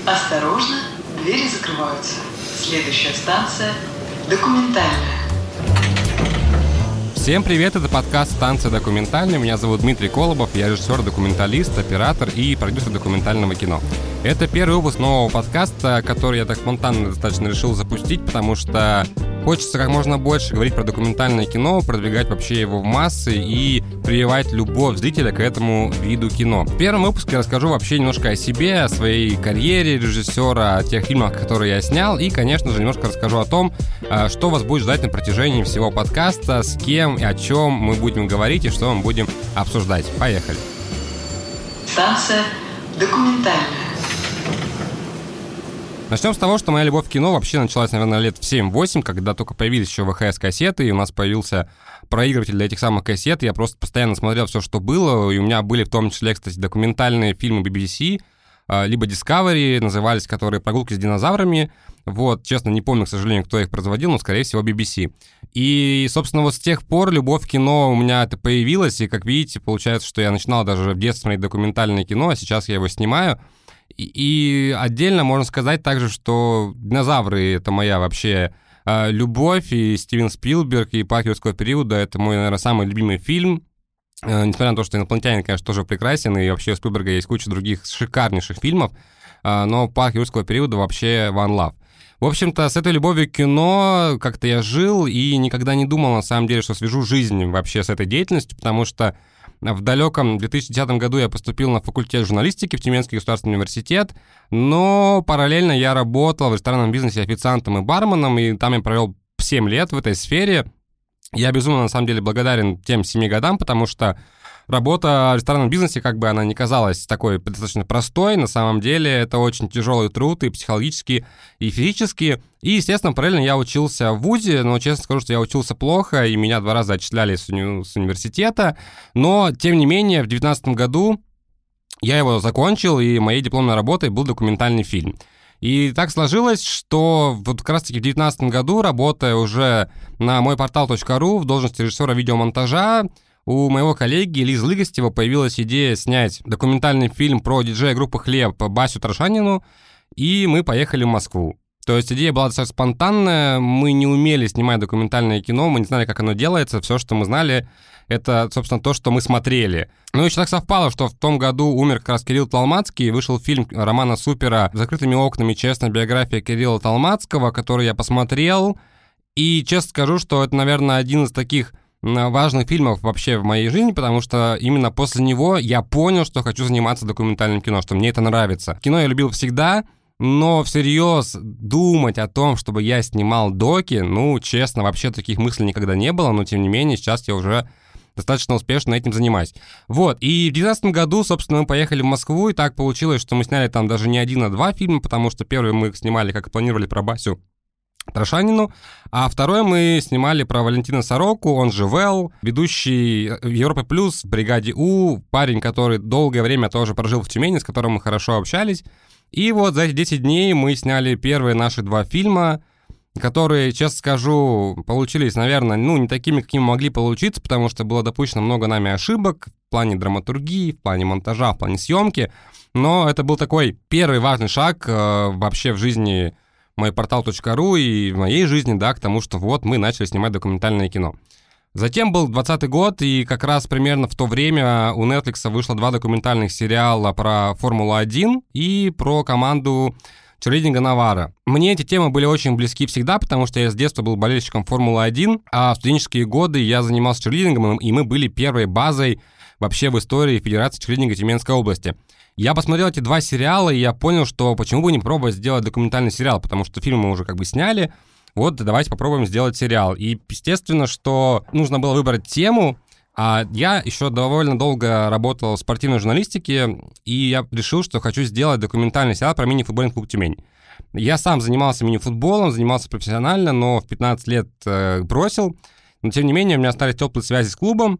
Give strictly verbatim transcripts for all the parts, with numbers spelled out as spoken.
Осторожно, двери закрываются. Следующая станция – документальная. Всем привет, это подкаст «Станция документальная». Меня зовут Дмитрий Колобов, я режиссер, документалист, оператор и продюсер документального кино. Это первый выпуск нового подкаста, который я так спонтанно достаточно решил запустить, потому что хочется как можно больше говорить про документальное кино, продвигать вообще его в массы и прививать любовь зрителя к этому виду кино. В первом выпуске я расскажу вообще немножко о себе, о своей карьере режиссера, о тех фильмах, которые я снял, и, конечно же, немножко расскажу о том, что вас будет ждать на протяжении всего подкаста, с кем и о чем мы будем говорить и что мы будем обсуждать. Поехали! Станция документальная. Начнем с того, что моя любовь к кино вообще началась, наверное, лет в семь-восемь, когда только появились еще ви эйч эс-кассеты, и у нас появился проигрыватель для этих самых кассет. Я просто постоянно смотрел все, что было, и у меня были в том числе, кстати, документальные фильмы би би си, либо Discovery, назывались, которые «Прогулки с динозаврами». Вот, честно, не помню, к сожалению, кто их производил, но, скорее всего, би би си. И, собственно, вот с тех пор любовь к кино у меня это появилась, и, как видите, получается, что я начинал даже в детстве смотреть документальное кино, а сейчас я его снимаю. И, и отдельно можно сказать также, что «Динозавры» — это моя вообще э, любовь, и Стивен Спилберг, и «Парк юрского периода» — это мой, наверное, самый любимый фильм. Э, несмотря на то, что «Инопланетянин», конечно, тоже прекрасен, и вообще у Спилберга есть куча других шикарнейших фильмов, э, но «Парк юрского периода» вообще one love. В общем-то, с этой любовью к кино как-то я жил и никогда не думал, на самом деле, что свяжу жизнь вообще с этой деятельностью, потому что в далеком две тысячи десятом году я поступил на факультет журналистики в Тюменский государственный университет, но параллельно я работал в ресторанном бизнесе официантом и барменом, и там я провел семь лет в этой сфере. Я безумно, на самом деле, благодарен тем семи годам, потому что работа в ресторанном бизнесе, как бы она ни казалась такой достаточно простой, на самом деле это очень тяжелый труд и психологически, и физически. И, естественно, параллельно я учился в вузе, но, честно скажу, что я учился плохо, и меня два раза отчисляли с, уни- с университета. Но, тем не менее, в две тысячи девятнадцатом году я его закончил, и моей дипломной работой был документальный фильм. И так сложилось, что вот как раз-таки в две тысячи девятнадцатом году, работая уже на мой портал точка ру в должности режиссера видеомонтажа, у моего коллеги Лизы Лыгостева появилась идея снять документальный фильм про диджея группы «Хлеб» Басю Трошанину, и мы поехали в Москву. То есть идея была достаточно спонтанная, мы не умели снимать документальное кино, мы не знали, как оно делается, все, что мы знали, это, собственно, то, что мы смотрели. Ну, еще так совпало, что в том году умер как раз Кирилл Толмацкий, вышел фильм Романа Супера «Закрытыми окнами. Честная биография Кирилла Толмацкого», который я посмотрел, и честно скажу, что это, наверное, один из таких важных фильмов вообще в моей жизни, потому что именно после него я понял, что хочу заниматься документальным кино, что мне это нравится. Кино я любил всегда, но всерьез думать о том, чтобы я снимал доки, ну, честно, вообще таких мыслей никогда не было, но тем не менее сейчас я уже достаточно успешно этим занимаюсь. Вот, и в две тысячи девятнадцатом году, собственно, мы поехали в Москву, и так получилось, что мы сняли там даже не один, а два фильма, потому что первый мы снимали, как и планировали, про Басю Трошанину, а второй мы снимали про Валентина Сороку, он же Вэл, ведущий Европы Плюс в бригаде У, парень, который долгое время тоже прожил в Тюмени, с которым мы хорошо общались. И вот за эти десять дней мы сняли первые наши два фильма, которые, честно скажу, получились, наверное, ну, не такими, какими могли получиться, потому что было допущено много нами ошибок в плане драматургии, в плане монтажа, в плане съемки, но это был такой первый важный шаг э, вообще в жизни мой портал точка ру и в моей жизни, да, к тому, что вот мы начали снимать документальное кино. Затем был двадцатый год, и как раз примерно в то время у Netflix вышло два документальных сериала про Формулу один и про команду черлидинга Навара. Мне эти темы были очень близки всегда, потому что я с детства был болельщиком Формулы один, а в студенческие годы я занимался черлидингом, и мы были первой базой вообще в истории Федерации черлидинга Тюменской области. Я посмотрел эти два сериала, и я понял, что почему бы не пробовать сделать документальный сериал, потому что фильм мы уже как бы сняли, вот давайте попробуем сделать сериал. И естественно, что нужно было выбрать тему, а я еще довольно долго работал в спортивной журналистике, и я решил, что хочу сделать документальный сериал про мини-футбольный клуб «Тюмень». Я сам занимался мини-футболом, занимался профессионально, но в пятнадцать лет э, бросил, но тем не менее у меня остались теплые связи с клубом,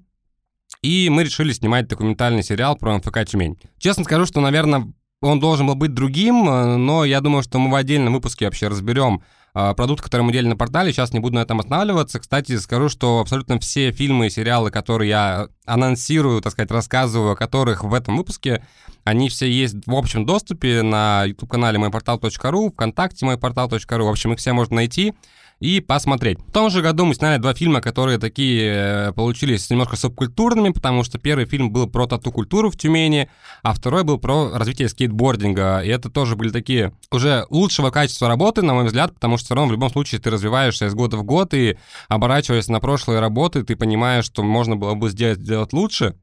и мы решили снимать документальный сериал про эм эф ка «Тюмень». Честно скажу, что, наверное, он должен был быть другим, но я думаю, что мы в отдельном выпуске вообще разберем продукт, который мы делали на портале. Сейчас не буду на этом останавливаться. Кстати, скажу, что абсолютно все фильмы и сериалы, которые я анонсирую, так сказать, рассказываю, о которых в этом выпуске, они все есть в общем доступе на YouTube-канале мой портал точка ру, ВКонтакте мой портал точка ру. В общем, их все можно найти и посмотреть. В том же году мы сняли два фильма, которые такие получились немножко субкультурными, потому что первый фильм был про тату-культуру в Тюмени, а второй был про развитие скейтбординга. И это тоже были такие уже лучшего качества работы, на мой взгляд, потому что все равно в любом случае ты развиваешься из года в год, и оборачиваясь на прошлые работы, ты понимаешь, что можно было бы сделать, сделать лучше.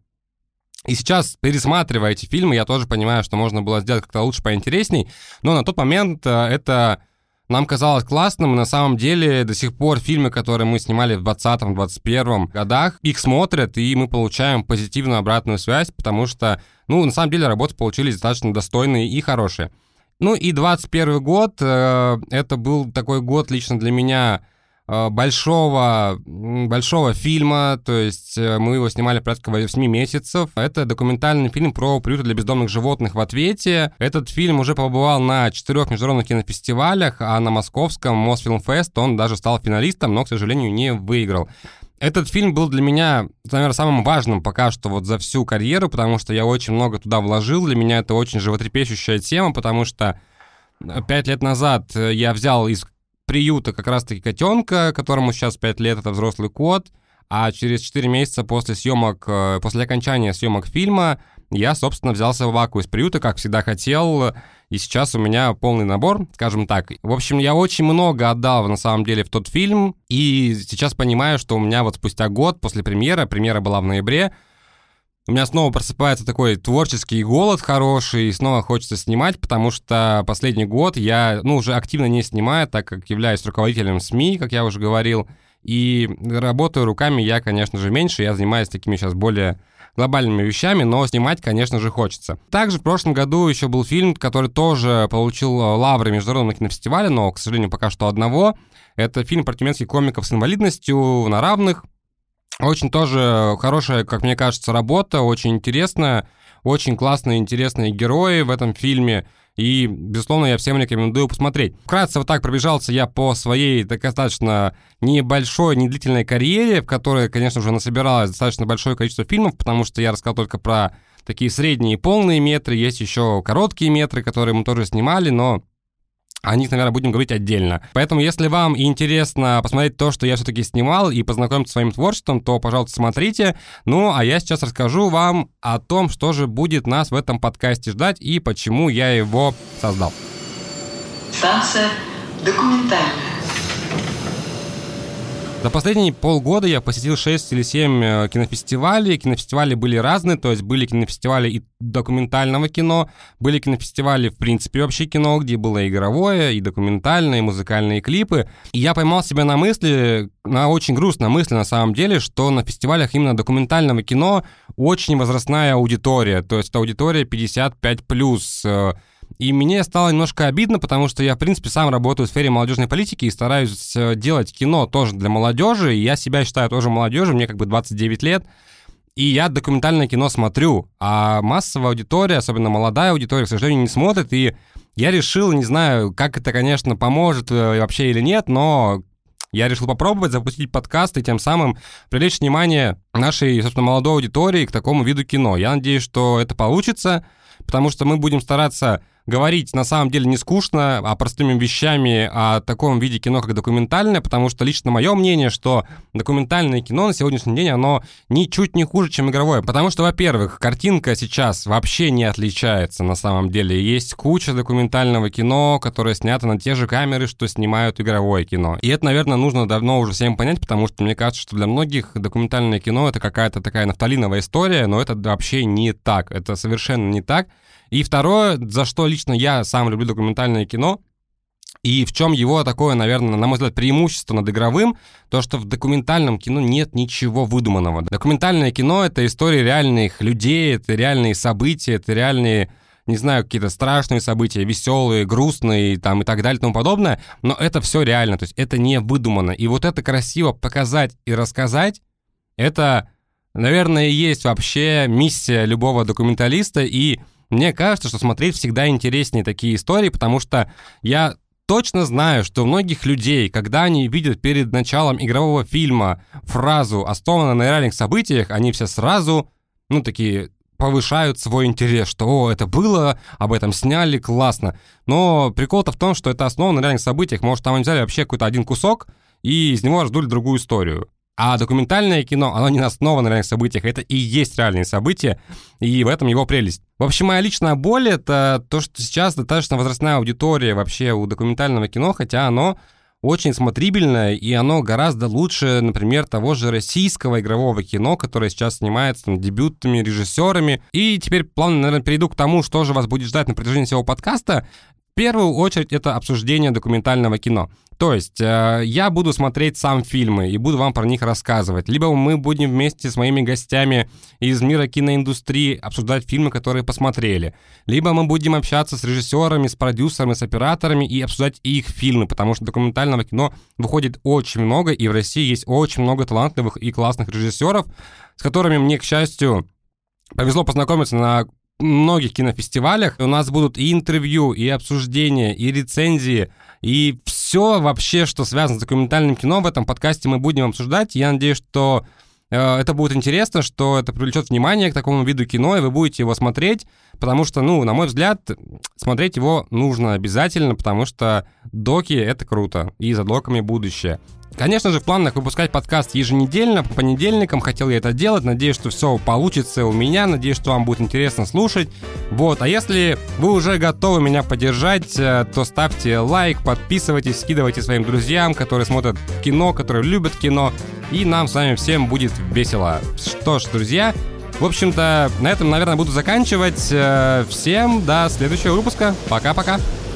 И сейчас, пересматривая эти фильмы, я тоже понимаю, что можно было сделать как-то лучше, поинтересней, но на тот момент это... Нам казалось классным, на самом деле до сих пор фильмы, которые мы снимали в двадцатом-двадцать первом годах, их смотрят, и мы получаем позитивную обратную связь, потому что, ну, на самом деле работы получились достаточно достойные и хорошие. Ну и двадцать первый год, э, это был такой год лично для меня э, большого, большого фильма, то есть э, мы его снимали порядка восемь месяцев. Это документальный фильм про приюты для бездомных животных в ответе. Этот фильм уже побывал на четырех международных кинофестивалях, а на московском Мосфильмфест он даже стал финалистом, но, к сожалению, не выиграл. Этот фильм был для меня, наверное, самым важным пока что вот за всю карьеру, потому что я очень много туда вложил. Для меня это очень животрепещущая тема, потому что пять лет назад я взял из приюта как раз-таки котенка, которому сейчас пять лет, это взрослый кот, а через четыре месяца после съемок, после окончания съемок фильма я, собственно, взял собаку из приюта, как всегда хотел, и сейчас у меня полный набор, скажем так. В общем, я очень много отдал, на самом деле, в тот фильм, и сейчас понимаю, что у меня вот спустя год после премьеры, премьера была в ноябре, у меня снова просыпается такой творческий голод хороший, и снова хочется снимать, потому что последний год я, ну, уже активно не снимаю, так как являюсь руководителем СМИ, как я уже говорил, и работаю руками я, конечно же, меньше, я занимаюсь такими сейчас более глобальными вещами, но снимать, конечно же, хочется. Также в прошлом году еще был фильм, который тоже получил лавры международного кинофестиваля, но, к сожалению, пока что одного. Это фильм про тюменских комиков с инвалидностью на равных. Очень тоже хорошая, как мне кажется, работа, очень интересная, очень классные, интересные герои в этом фильме. И, безусловно, я всем рекомендую посмотреть. Вкратце вот так пробежался я по своей достаточно небольшой, недлительной карьере, в которой, конечно же, насобиралось достаточно большое количество фильмов, потому что я рассказал только про такие средние и полные метры. Есть еще короткие метры, которые мы тоже снимали, но о них, наверное, будем говорить отдельно. Поэтому, если вам интересно посмотреть то, что я все-таки снимал, и познакомиться с своим творчеством, то, пожалуйста, смотрите. Ну, а я сейчас расскажу вам о том, что же будет нас в этом подкасте ждать и почему я его создал. Станция документальная. За последние полгода я посетил шесть или семь кинофестивалей. Кинофестивали были разные, то есть были кинофестивали и документального кино, были кинофестивали, в принципе, вообще кино, где было и игровое, и документальное, и музыкальные клипы. И я поймал себя на мысли, на очень грустной мысли на самом деле, что на фестивалях именно документального кино очень возрастная аудитория, то есть аудитория пятьдесят пять плюс. И мне стало немножко обидно, потому что я, в принципе, сам работаю в сфере молодежной политики и стараюсь делать кино тоже для молодежи. И я себя считаю тоже молодежью, мне как бы двадцать девять лет. И я документальное кино смотрю, а массовая аудитория, особенно молодая аудитория, к сожалению, не смотрит. И я решил, не знаю, как это, конечно, поможет вообще или нет, но я решил попробовать запустить подкаст и тем самым привлечь внимание нашей, собственно, молодой аудитории к такому виду кино. Я надеюсь, что это получится, потому что мы будем стараться говорить на самом деле не скучно, а простыми вещами о таком виде кино, как документальное, потому что лично мое мнение, что документальное кино на сегодняшний день, оно ничуть не хуже, чем игровое. Потому что, во-первых, картинка сейчас вообще не отличается на самом деле. Есть куча документального кино, которое снято на те же камеры, что снимают игровое кино. И это, наверное, нужно давно уже всем понять, потому что мне кажется, что для многих документальное кино — это какая-то такая нафталиновая история, но это вообще не так. Это совершенно не так. И второе, за что лично я сам люблю документальное кино, и в чем его такое, наверное, на мой взгляд, преимущество над игровым, то, что в документальном кино нет ничего выдуманного. Документальное кино — это истории реальных людей, это реальные события, это реальные, не знаю, какие-то страшные события, веселые, грустные там, и так далее и тому подобное, но это все реально, то есть это не выдумано. И вот это красиво показать и рассказать, это, наверное, и есть вообще миссия любого документалиста, и мне кажется, что смотреть всегда интереснее такие истории, потому что я точно знаю, что у многих людей, когда они видят перед началом игрового фильма фразу «основана на реальных событиях», они все сразу, ну, такие... повышают свой интерес, что «О, это было, об этом сняли, классно». Но прикол-то в том, что это основано на реальных событиях. Может, там они взяли вообще какой-то один кусок и из него раздули другую историю. А документальное кино, оно не основано на реальных событиях, это и есть реальные события, и в этом его прелесть. В общем, моя личная боль — это то, что сейчас достаточно возрастная аудитория вообще у документального кино, хотя оно очень смотрибельное, и оно гораздо лучше, например, того же российского игрового кино, которое сейчас снимается там, дебютными режиссерами. И теперь плавно, наверное, перейду к тому, что же вас будет ждать на протяжении всего подкаста. В первую очередь это обсуждение документального кино. То есть э, я буду смотреть сам фильмы и буду вам про них рассказывать. Либо мы будем вместе с моими гостями из мира киноиндустрии обсуждать фильмы, которые посмотрели. Либо мы будем общаться с режиссерами, с продюсерами, с операторами и обсуждать их фильмы, потому что документального кино выходит очень много, и в России есть очень много талантливых и классных режиссеров, с которыми мне, к счастью, повезло познакомиться на многих кинофестивалях. У нас будут и интервью, и обсуждения, и рецензии, и все вообще, что связано с документальным кино в этом подкасте мы будем обсуждать. Я надеюсь, что э, это будет интересно, что это привлечет внимание к такому виду кино, и вы будете его смотреть, потому что, ну, на мой взгляд, смотреть его нужно обязательно, потому что доки — это круто, и за доками будущее. Конечно же, в планах выпускать подкаст еженедельно, по понедельникам. Хотел я это делать. Надеюсь, что все получится у меня. Надеюсь, что вам будет интересно слушать. Вот. А если вы уже готовы меня поддержать, то ставьте лайк, подписывайтесь, скидывайте своим друзьям, которые смотрят кино, которые любят кино. И нам с вами всем будет весело. Что ж, друзья, в общем-то, на этом, наверное, буду заканчивать. Всем до следующего выпуска. Пока-пока.